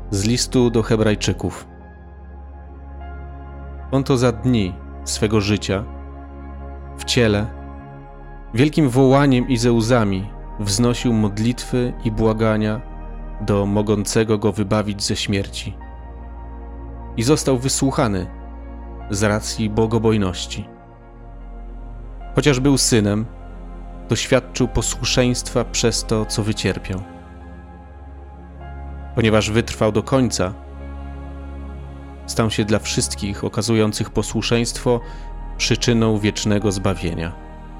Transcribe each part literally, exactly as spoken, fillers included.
Z listu do Hebrajczyków. On to za dni swego życia w ciele wielkim wołaniem i ze łzami wznosił modlitwy i błagania do mogącego go wybawić ze śmierci. I został wysłuchany z racji bogobojności. Chociaż był synem, doświadczył posłuszeństwa przez to, co wycierpiał. Ponieważ wytrwał do końca, stał się dla wszystkich okazujących posłuszeństwo przyczyną wiecznego zbawienia.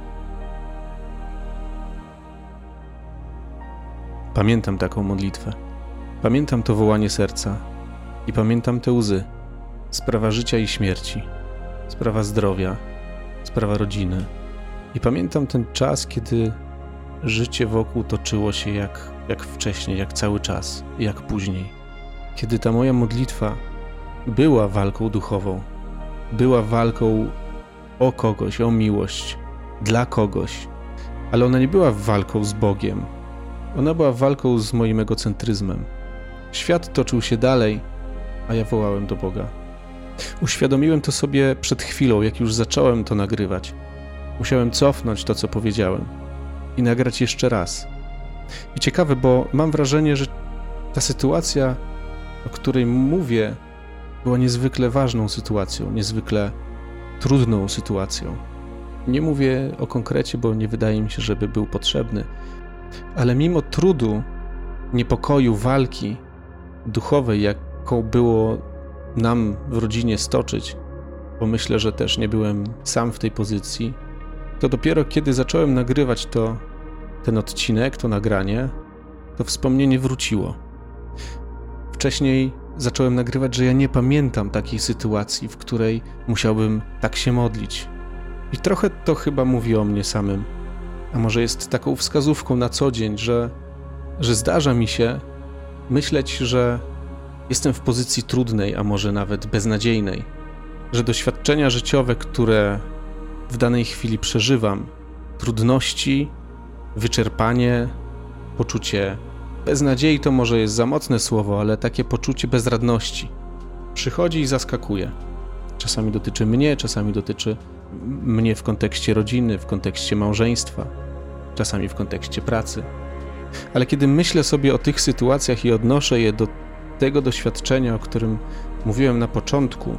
Pamiętam taką modlitwę. Pamiętam to wołanie serca i pamiętam te łzy. Sprawa życia i śmierci, sprawa zdrowia, sprawa rodziny. I pamiętam ten czas, kiedy życie wokół toczyło się jak, jak wcześniej, jak cały czas, jak później. Kiedy ta moja modlitwa była walką duchową, była walką o kogoś, o miłość, dla kogoś, ale ona nie była walką z Bogiem. Ona była walką z moim egocentryzmem. Świat toczył się dalej, a ja wołałem do Boga. Uświadomiłem to sobie przed chwilą, jak już zacząłem to nagrywać. Musiałem cofnąć to, co powiedziałem i nagrać jeszcze raz. I ciekawe, bo mam wrażenie, że ta sytuacja, o której mówię, była niezwykle ważną sytuacją, niezwykle trudną sytuacją. Nie mówię o konkrecie, bo nie wydaje mi się, żeby był potrzebny, ale mimo trudu, niepokoju, walki duchowej, jaką było nam w rodzinie stoczyć, bo myślę, że też nie byłem sam w tej pozycji, to dopiero kiedy zacząłem nagrywać to, ten odcinek, to nagranie, to wspomnienie wróciło. Wcześniej zacząłem nagrywać, że ja nie pamiętam takiej sytuacji, w której musiałbym tak się modlić. I trochę to chyba mówi o mnie samym. A może jest taką wskazówką na co dzień, że, że zdarza mi się myśleć, że jestem w pozycji trudnej, a może nawet beznadziejnej. Że doświadczenia życiowe, które w danej chwili przeżywam, trudności, wyczerpanie, poczucie beznadziei to może jest za mocne słowo, ale takie poczucie bezradności przychodzi i zaskakuje. Czasami dotyczy mnie, czasami dotyczy mnie w kontekście rodziny, w kontekście małżeństwa, czasami w kontekście pracy. Ale kiedy myślę sobie o tych sytuacjach i odnoszę je do tego doświadczenia, o którym mówiłem na początku,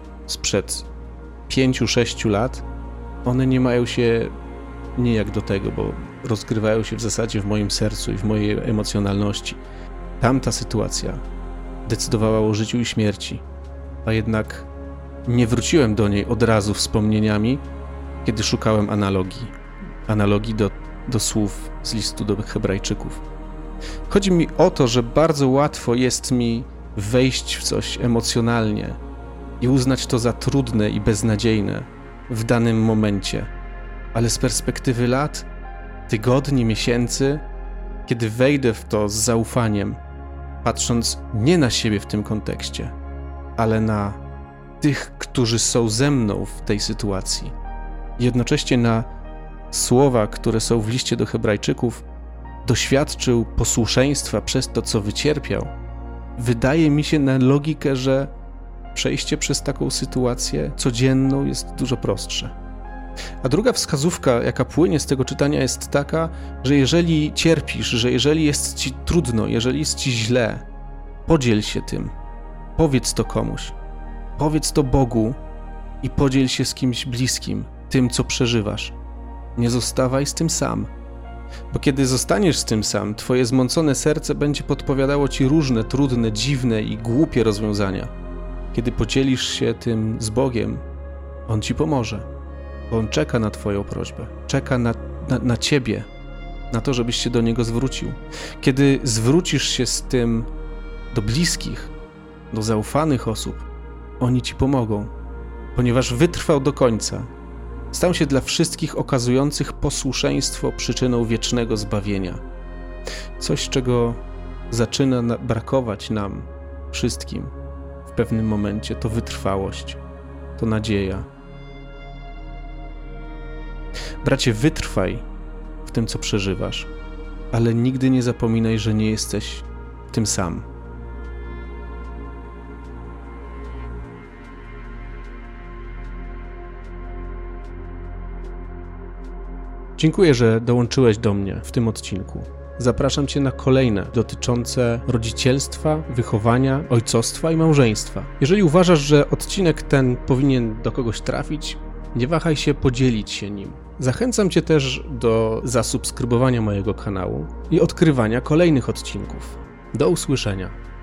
sprzed pięciu, sześciu lat, one nie mają się nijak do tego, bo rozgrywają się w zasadzie w moim sercu i w mojej emocjonalności. Tamta sytuacja decydowała o życiu i śmierci, a jednak nie wróciłem do niej od razu wspomnieniami, kiedy szukałem analogii. Analogii do, do słów z listu do Hebrajczyków. Chodzi mi o to, że bardzo łatwo jest mi wejść w coś emocjonalnie i uznać to za trudne i beznadziejne w danym momencie. Ale z perspektywy lat, tygodni, miesięcy, kiedy wejdę w to z zaufaniem, patrząc nie na siebie w tym kontekście, ale na tych, którzy są ze mną w tej sytuacji, jednocześnie na słowa, które są w liście do Hebrajczyków, doświadczył posłuszeństwa przez to, co wycierpiał, wydaje mi się na logikę, że przejście przez taką sytuację codzienną jest dużo prostsze. A druga wskazówka, jaka płynie z tego czytania, jest taka, że jeżeli cierpisz, że jeżeli jest ci trudno, jeżeli jest ci źle, podziel się tym, powiedz to komuś, powiedz to Bogu i podziel się z kimś bliskim, tym, co przeżywasz. Nie zostawaj z tym sam, bo kiedy zostaniesz z tym sam, twoje zmącone serce będzie podpowiadało ci różne trudne, dziwne i głupie rozwiązania. Kiedy podzielisz się tym z Bogiem, On ci pomoże. Bo On czeka na twoją prośbę, czeka na, na, na ciebie, na to, żebyś się do Niego zwrócił. Kiedy zwrócisz się z tym do bliskich, do zaufanych osób, oni ci pomogą, ponieważ wytrwał do końca. Stał się dla wszystkich okazujących posłuszeństwo przyczyną wiecznego zbawienia. Coś, czego zaczyna na, brakować nam wszystkim w pewnym momencie, to wytrwałość, to nadzieja. Bracie, wytrwaj w tym, co przeżywasz, ale nigdy nie zapominaj, że nie jesteś tym sam. Dziękuję, że dołączyłeś do mnie w tym odcinku. Zapraszam Cię na kolejne dotyczące rodzicielstwa, wychowania, ojcostwa i małżeństwa. Jeżeli uważasz, że odcinek ten powinien do kogoś trafić, nie wahaj się podzielić się nim. Zachęcam Cię też do zasubskrybowania mojego kanału i odkrywania kolejnych odcinków. Do usłyszenia.